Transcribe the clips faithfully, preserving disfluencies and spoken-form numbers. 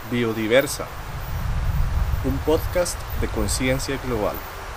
Biodiversa, un podcast de conciencia global.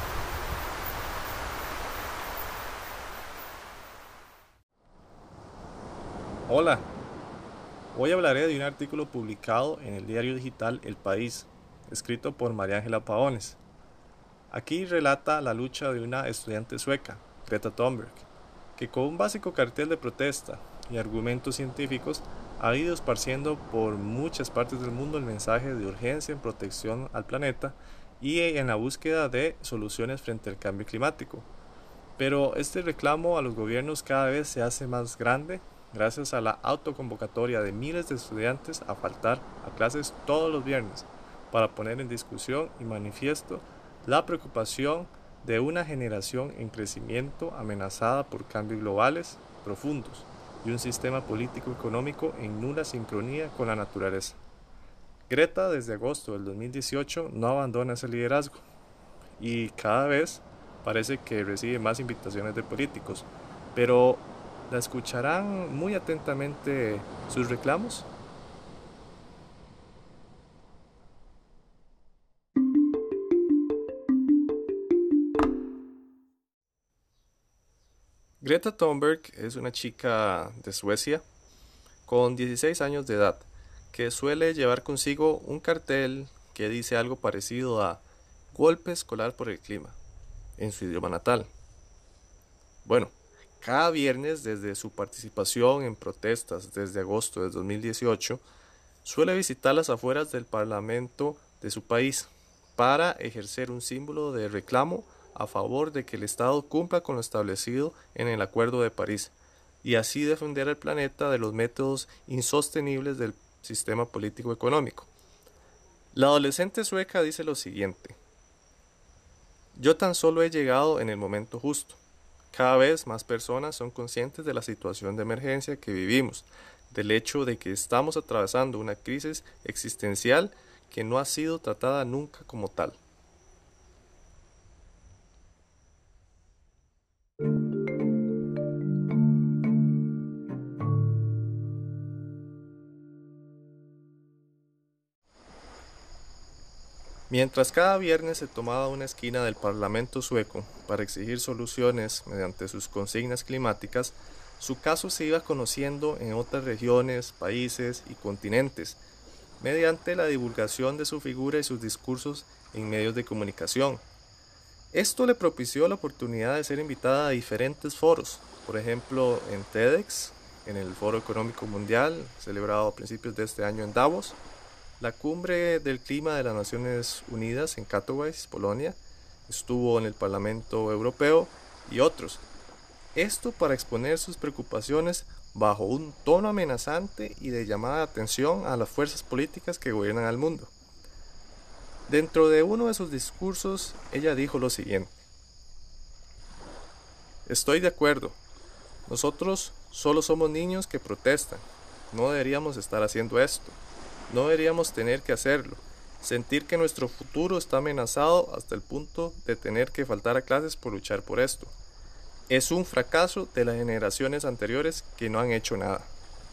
Hola, hoy hablaré de un artículo publicado en el diario digital El País, escrito por María Ángela Paones. Aquí relata la lucha de una estudiante sueca, Greta Thunberg, que con un básico cartel de protesta y argumentos científicos ha ido esparciendo por muchas partes del mundo el mensaje de urgencia en protección al planeta y en la búsqueda de soluciones frente al cambio climático. Pero este reclamo a los gobiernos cada vez se hace más grande gracias a la autoconvocatoria de miles de estudiantes a faltar a clases todos los viernes para poner en discusión y manifiesto la preocupación de una generación en crecimiento amenazada por cambios globales profundos y un sistema político-económico en nula sincronía con la naturaleza. Greta desde agosto del dos mil dieciocho no abandona ese liderazgo y cada vez parece que recibe más invitaciones de políticos, pero ¿la escucharán muy atentamente sus reclamos? Greta Thunberg es una chica de Suecia con dieciséis años de edad que suele llevar consigo un cartel que dice algo parecido a golpe escolar por el clima en su idioma natal. Bueno, cada viernes desde su participación en protestas desde agosto de dos mil dieciocho, suele visitar las afueras del parlamento de su país para ejercer un símbolo de reclamo a favor de que el Estado cumpla con lo establecido en el Acuerdo de París y así defender al planeta de los métodos insostenibles del sistema político económico. La adolescente sueca dice lo siguiente: yo tan solo he llegado en el momento justo. Cada vez más personas son conscientes de la situación de emergencia que vivimos, del hecho de que estamos atravesando una crisis existencial que no ha sido tratada nunca como tal. Mientras cada viernes se tomaba una esquina del Parlamento sueco para exigir soluciones mediante sus consignas climáticas, su caso se iba conociendo en otras regiones, países y continentes, mediante la divulgación de su figura y sus discursos en medios de comunicación. Esto le propició la oportunidad de ser invitada a diferentes foros, por ejemplo en TEDx, en el Foro Económico Mundial, celebrado a principios de este año en Davos, la Cumbre del Clima de las Naciones Unidas en Katowice, Polonia, estuvo en el Parlamento Europeo y otros. Esto para exponer sus preocupaciones bajo un tono amenazante y de llamada de atención a las fuerzas políticas que gobiernan al mundo. Dentro de uno de sus discursos, ella dijo lo siguiente: estoy de acuerdo, nosotros solo somos niños que protestan, no deberíamos estar haciendo esto, no deberíamos tener que hacerlo, sentir que nuestro futuro está amenazado hasta el punto de tener que faltar a clases por luchar por esto. Es un fracaso de las generaciones anteriores que no han hecho nada.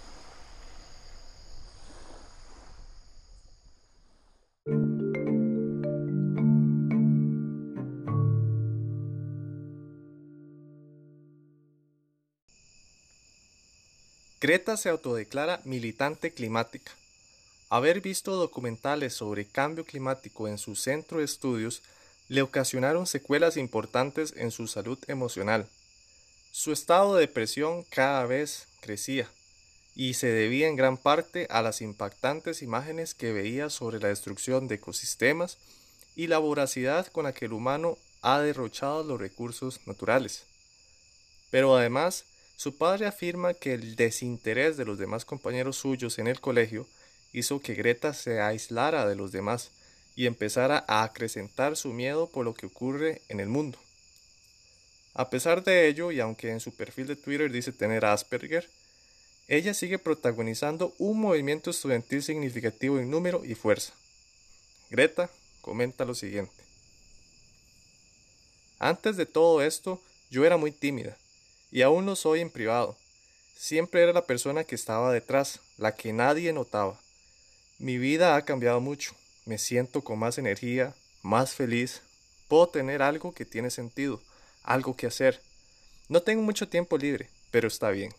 Greta se autodeclara militante climática. Haber visto documentales sobre cambio climático en su centro de estudios le ocasionaron secuelas importantes en su salud emocional. Su estado de depresión cada vez crecía y se debía en gran parte a las impactantes imágenes que veía sobre la destrucción de ecosistemas y la voracidad con la que el humano ha derrochado los recursos naturales. Pero además, su padre afirma que el desinterés de los demás compañeros suyos en el colegio hizo que Greta se aislara de los demás y empezara a acrecentar su miedo por lo que ocurre en el mundo. A pesar de ello, y aunque en su perfil de Twitter dice tener Asperger, ella sigue protagonizando un movimiento estudiantil significativo en número y fuerza. Greta comenta lo siguiente: antes de todo esto, yo era muy tímida, y aún lo soy en privado. Siempre era la persona que estaba detrás, la que nadie notaba. Mi vida ha cambiado mucho. Me siento con más energía, más feliz. Puedo tener algo que tiene sentido, algo que hacer. No tengo mucho tiempo libre, pero está bien.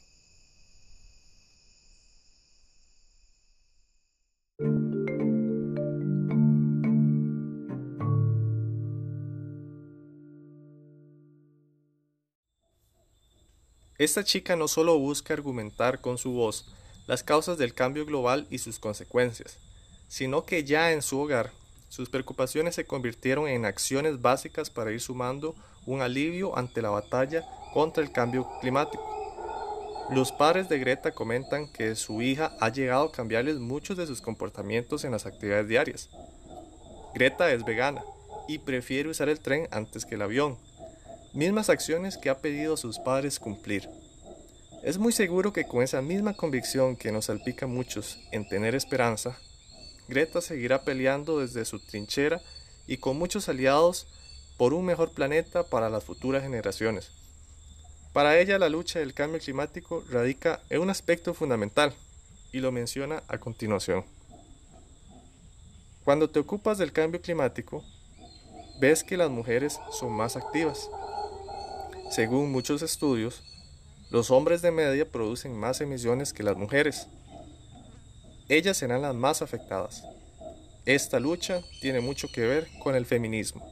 Esta chica no solo busca argumentar con su voz las causas del cambio global y sus consecuencias, sino que ya en su hogar, sus preocupaciones se convirtieron en acciones básicas para ir sumando un alivio ante la batalla contra el cambio climático. Los padres de Greta comentan que su hija ha llegado a cambiarles muchos de sus comportamientos en las actividades diarias. Greta es vegana y prefiere usar el tren antes que el avión, mismas acciones que ha pedido a sus padres cumplir. Es muy seguro que con esa misma convicción que nos salpica a muchos en tener esperanza, Greta seguirá peleando desde su trinchera y con muchos aliados por un mejor planeta para las futuras generaciones. Para ella la lucha del cambio climático radica en un aspecto fundamental, y lo menciona a continuación. Cuando te ocupas del cambio climático, ves que las mujeres son más activas. Según muchos estudios, los hombres de media producen más emisiones que las mujeres. Ellas serán las más afectadas. Esta lucha tiene mucho que ver con el feminismo.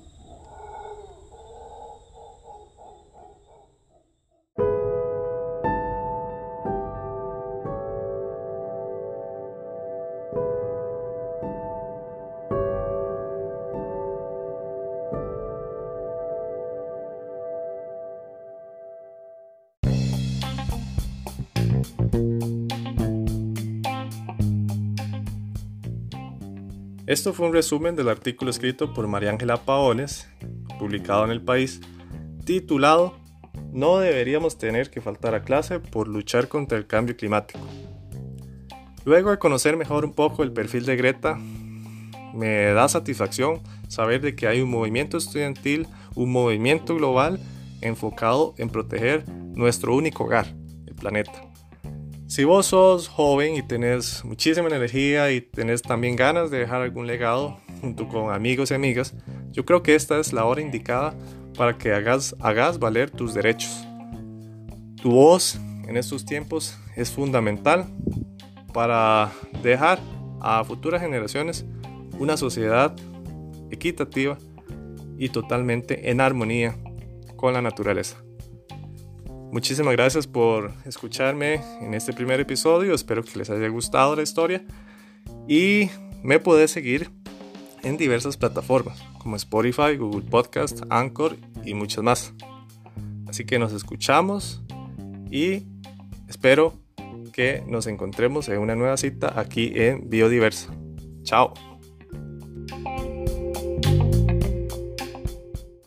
Esto fue un resumen del artículo escrito por María Ángela Paones, publicado en El País, titulado "No deberíamos tener que faltar a clase por luchar contra el cambio climático". Luego de conocer mejor un poco el perfil de Greta, me da satisfacción saber de que hay un movimiento estudiantil, un movimiento global enfocado en proteger nuestro único hogar, el planeta. Si vos sos joven y tenés muchísima energía y tenés también ganas de dejar algún legado junto con amigos y amigas, yo creo que esta es la hora indicada para que hagas, hagas valer tus derechos. Tu voz en estos tiempos es fundamental para dejar a futuras generaciones una sociedad equitativa y totalmente en armonía con la naturaleza. Muchísimas gracias por escucharme en este primer episodio. Espero que les haya gustado la historia. Y me puedes seguir en diversas plataformas como Spotify, Google Podcast, Anchor y muchas más. Así que nos escuchamos y espero que nos encontremos en una nueva cita aquí en Biodiversa. Chao.